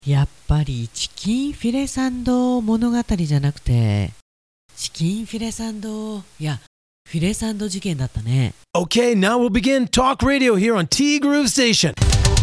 やっぱりチキンフィレサンド物語じゃなくて、チキンフィレサンド、フィレサンド事件だったね。 Okay, now we'll begin Talk Radio here on T Groove Station.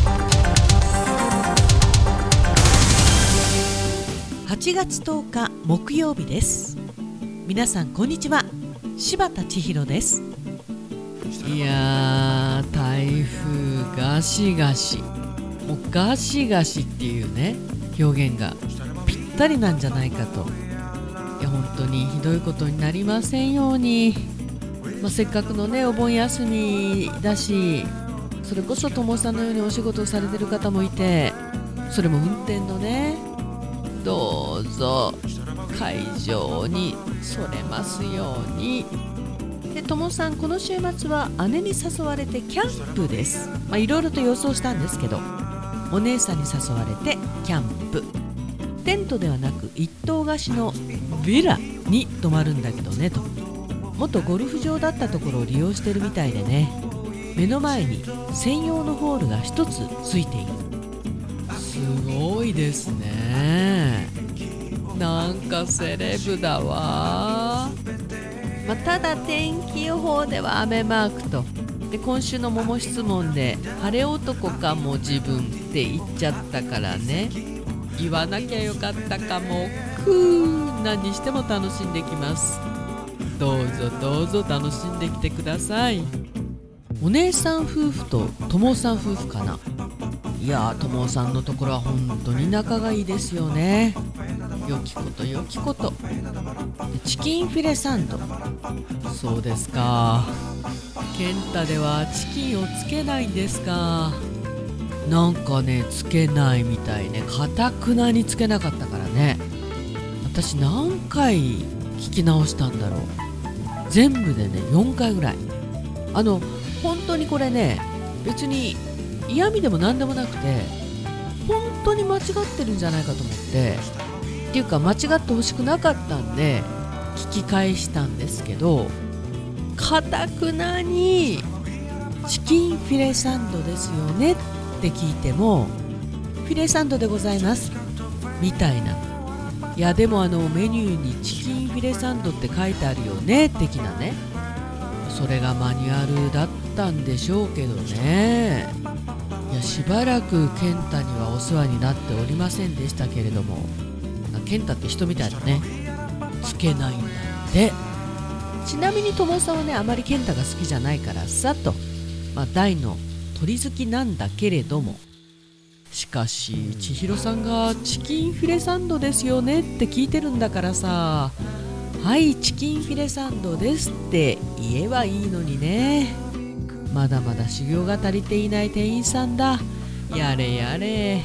8月10日木曜日です。皆さんこんにちは。柴田千尋です。いやー、台風ガシガシ、もうガシガシっていうね表現がぴったりなんじゃないかと。いや本当にひどいことになりませんように。せっかくのねお盆休みだし、それこそ友さんのようにお仕事をされてる方もいて、それも運転のね、どうぞ会場にそれますように。で、友さんこの週末は姉に誘われてキャンプです。いろいろと予想したんですけど、お姉さんに誘われてキャンプ。テントではなく一棟貸しのヴィラに泊まるんだけどねと。元ゴルフ場だったところを利用してるみたいでね、目の前に専用のホールが一つついている。すごいですね。なんかセレブだわ。ただ天気予報では雨マークと。で、今週の桃質問で晴れ男かも自分って言っちゃったからね、言わなきゃよかったかも。何にしても楽しんできます。どうぞどうぞ楽しんできてください。お姉さん夫婦と友さん夫婦かな。いやー、友さんのところは本当に仲がいいですよね。よきことよきこと。で、チキンフィレサンド、そうですか。ケンタではチキンをつけないんですか。なんかね、つけないみたいね。かたくなにつけなかったからね。私何回聞き直したんだろう。全部でね4回ぐらい。本当にこれね、別に嫌味でも何でもなくて、本当に間違ってるんじゃないかと思って、っていうか間違ってほしくなかったんで聞き返したんですけど、かたくなにチキンフィレサンドですよねって聞いても、フィレサンドでございますみたいな。いやでもメニューにチキンフィレサンドって書いてあるよね的なね。それがマニュアルだったんでしょうけどね。いや、しばらくケンタにはお世話になっておりませんでしたけれども、ケンタって人みたいだね。つけないんだって。ちなみに友さんはね、あまりケンタが好きじゃないからさと、大の鳥好きなんだけれども、しかし千尋さんがチキンフィレサンドですよねって聞いてるんだからさ、はいチキンフィレサンドですって言えばいいのにね。まだまだ修行が足りていない店員さんだ。やれやれ。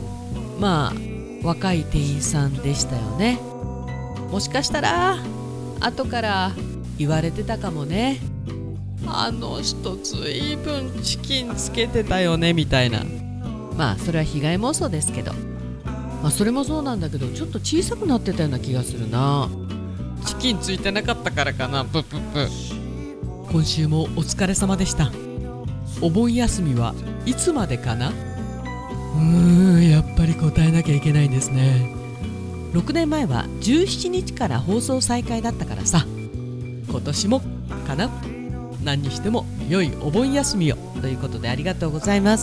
若い店員さんでしたよね。もしかしたら後から言われてたかもね。あの人ずいぶんチキンつけてたよねみたいな。それは被害妄想ですけど、それもそうなんだけど、ちょっと小さくなってたような気がするな。チキンついてなかったからかな。プププ。今週もお疲れ様でした。お盆休みはいつまでかな。やっぱり答えなきゃいけないんですね。6年前は17日から放送再開だったからさ、今年もかな。何にしても良いお盆休みをということでありがとうございます。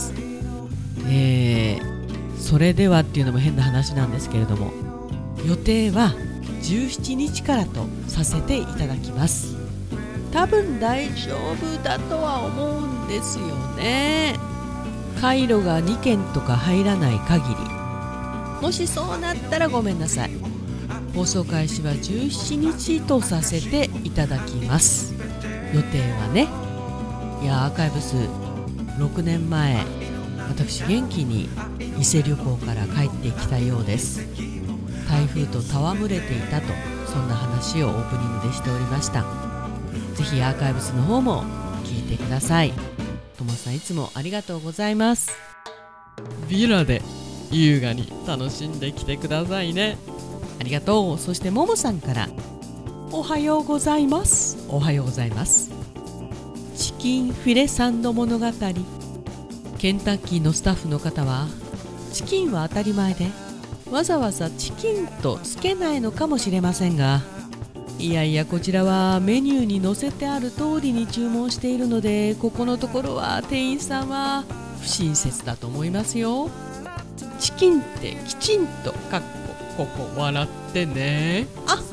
それではっていうのも変な話なんですけれども、予定は17日からとさせていただきます。多分大丈夫だとは思うんですよね。回路が2件とか入らない限り。もしそうなったらごめんなさい。放送開始は17日とさせていただきます。予定はね。いや、アーカイブス6年前、私元気に伊勢旅行から帰ってきたようです。台風と戯れていたと、そんな話をオープニングでしておりました。ぜひアーカイブスの方も聞いてください。ともさんいつもありがとうございます。ヴィラで優雅に楽しんできてくださいね。ありがとう。そしてももさんからおはようございます。おはようございます。チキンフィレサンド物語。ケンタッキーのスタッフの方はチキンは当たり前でわざわざチキンとつけないのかもしれませんが、いやいやこちらはメニューに載せてある通りに注文しているので、ここのところは店員さんは不親切だと思いますよ。チキンってきちんとここ笑ってね。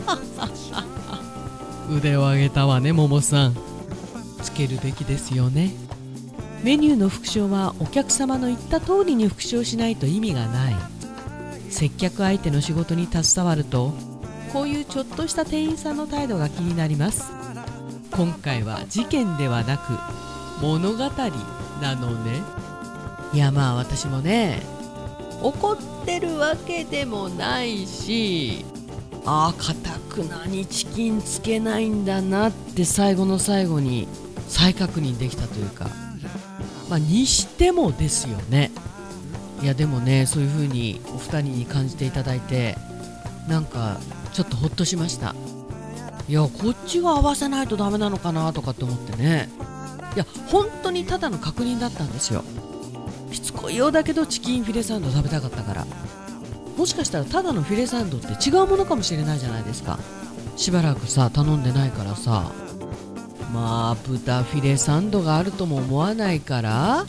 腕を上げたわね、ももさん。つけるべきですよね。メニューの復唱はお客様の言った通りに復唱しないと意味がない。接客相手の仕事に携わると、こういうちょっとした店員さんの態度が気になります。今回は事件ではなく物語なのね。いやまあ私もね、怒ってるわけでもないし、かたくなにチキンつけないんだなって最後の最後に再確認できたというか、にしてもですよね。いやでもね、そういう風にお二人に感じていただいて、なんかちょっとほっとしました。いやこっちが合わせないとダメなのかなとかって思ってね。いや本当にただの確認だったんですよ。しつこいようだけどチキンフィレサンド食べたかったから。もしかしたらただのフィレサンドって違うものかもしれないじゃないですか。しばらくさ頼んでないからさ、豚フィレサンドがあるとも思わないから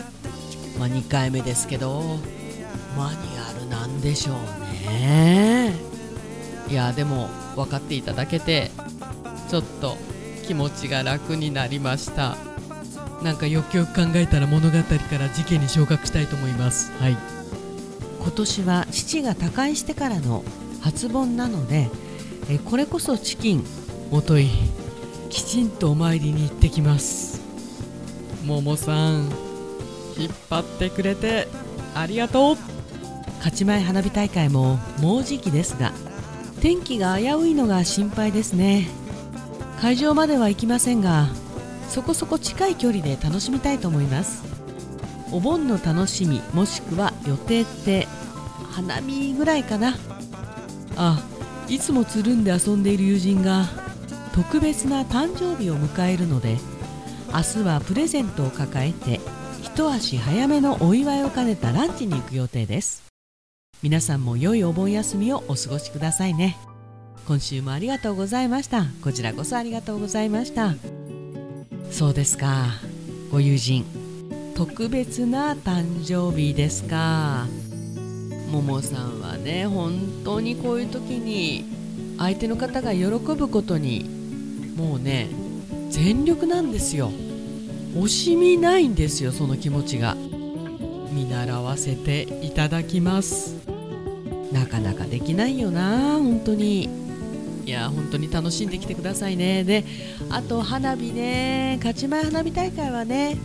、2回目ですけどマニュアルなんでしょうね。いやでも分かっていただけてちょっと気持ちが楽になりました。なんかよくよく考えたら物語から事件に昇格したいと思います。はい。今年は父が他界してからの初盆なので、これこそチキンおといきちんとお参りに行ってきます。ももさん引っ張ってくれてありがとう。勝ち前花火大会ももうじきですが、天気が危ういのが心配ですね。会場までは行きませんが、そこそこ近い距離で楽しみたいと思います。お盆の楽しみもしくは予定って花見ぐらいかな。いつもつるんで遊んでいる友人が特別な誕生日を迎えるので、明日はプレゼントを抱えて一足早めのお祝いを兼ねたランチに行く予定です。皆さんも良いお盆休みをお過ごしくださいね。今週もありがとうございました。こちらこそありがとうございました。そうですか、ご友人特別な誕生日ですか。ももさんはね、本当にこういう時に相手の方が喜ぶことにもうね全力なんですよ。惜しみないんですよ、その気持ちが。見習わせていただきます。なかなかできないよな本当に。いや本当に楽しんできてくださいね。であと花火ね、勝ち前花火大会はね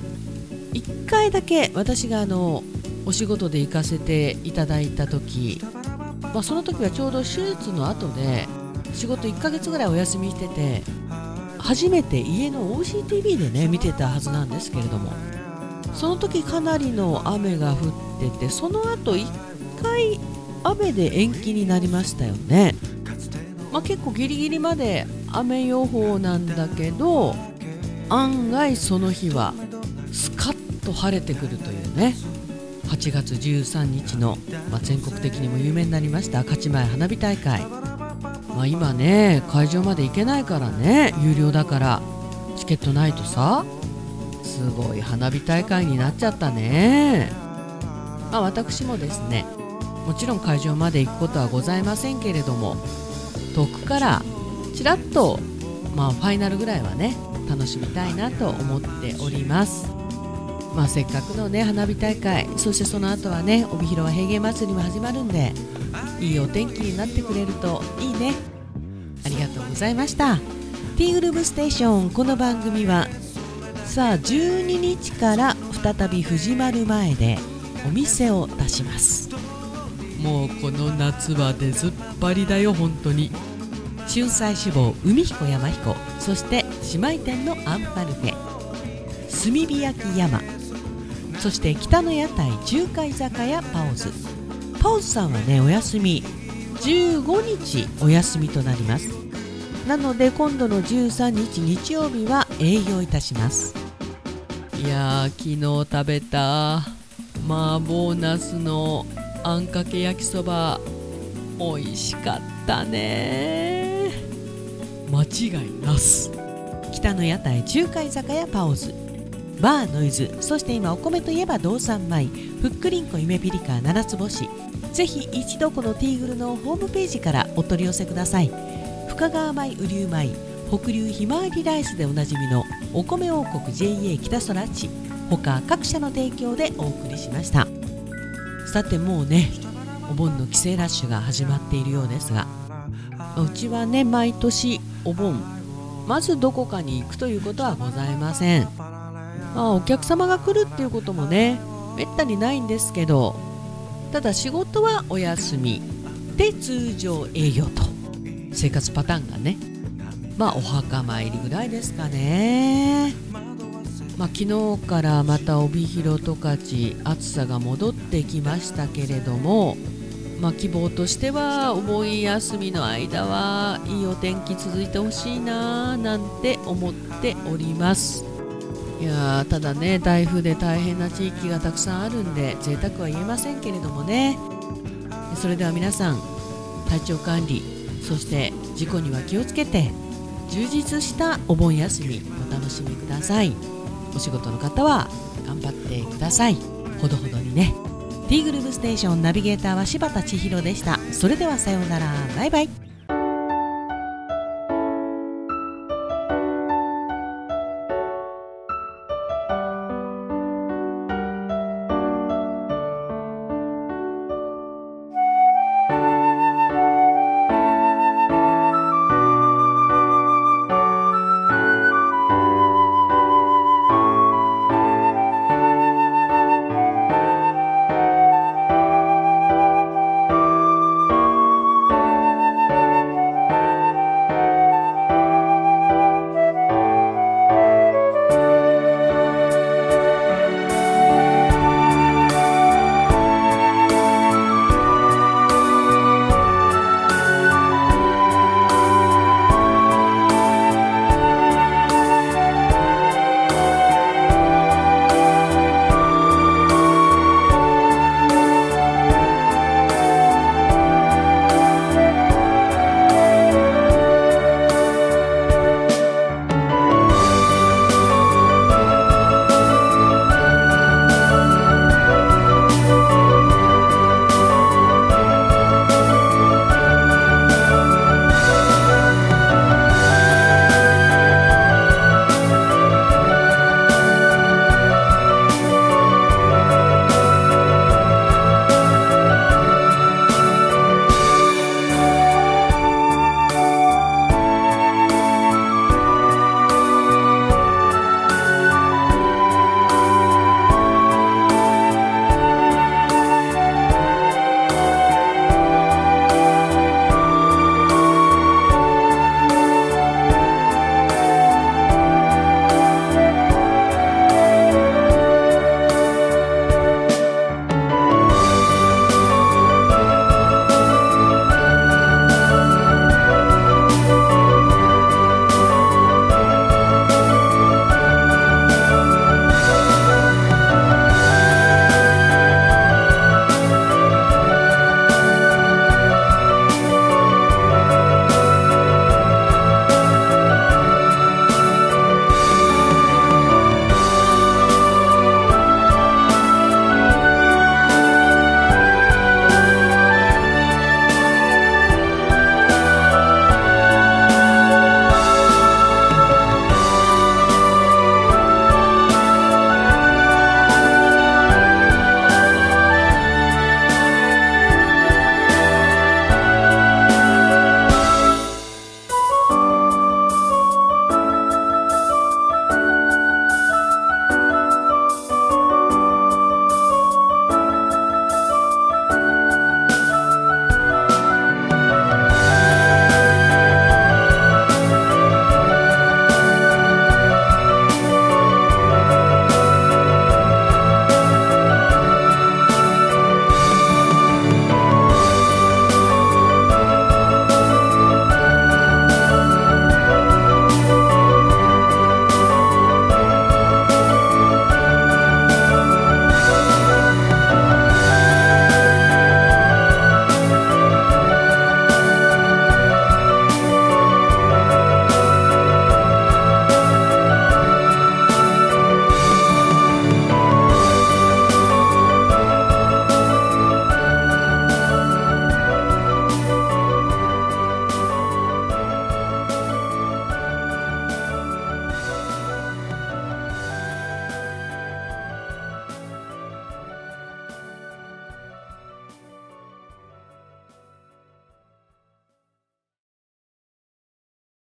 1回だけ私がお仕事で行かせていただいた時、その時はちょうど手術の後で仕事1ヶ月ぐらいお休みしてて、初めて家の OCTV でね見てたはずなんですけれども、その時かなりの雨が降ってて、その後1回雨で延期になりましたよね。結構ギリギリまで雨予報なんだけど、案外その日はスカッと晴れてくるというね。8月13日の、全国的にも有名になりました勝ち前花火大会、今ね会場まで行けないからね、有料だからチケットないとさ、すごい花火大会になっちゃったね。私もですね、もちろん会場まで行くことはございませんけれども、遠くからちらっとファイナルぐらいはね楽しみたいなと思っております。せっかくのね花火大会、そしてその後はね帯広は平原祭りも始まるんで、いいお天気になってくれるといいね。ありがとうございました。ティーグルーブステーション、この番組は12日から再び藤丸前でお店を出します。もうこの夏は出ずっぱりだよ本当に。春菜志望海彦山彦、そして姉妹店のアンパルフェ、炭火焼き山、そして北の屋台中華居酒屋パオズ。パオズさんはねお休み、15日お休みとなります。なので今度の13日日曜日は営業いたします。いや昨日食べた麻婆茄子のあんかけ焼きそば美味しかったね。間違いなす。北の屋台中華居酒屋パオズ、バーノイズ、そして今お米といえば道産米、ふっくりんこ夢ピリカ7つ星。ぜひ一度このティーグルのホームページからお取り寄せください。深川米、雨竜米、北流ひまわりライスでおなじみのお米王国 JA 北空地、他各社の提供でお送りしました。さてもうね、お盆の帰省ラッシュが始まっているようですが、うちはね毎年お盆まずどこかに行くということはございません。お客様が来るっていうこともねめったにないんですけど、ただ仕事はお休みで通常営業と生活パターンがね、お墓参りぐらいですかね。昨日からまた帯広十勝暑さが戻ってきましたけれども、希望としてはお盆休みの間はいいお天気続いてほしいななんて思っております。いやただね、台風で大変な地域がたくさんあるんで贅沢は言えませんけれどもね。それでは皆さん体調管理、そして事故には気をつけて充実したお盆休みお楽しみください。お仕事の方は頑張ってください。ほどほどにね。ティーグルーヴステーションナビゲーターは柴田千尋でした。それではさようなら、バイバイ。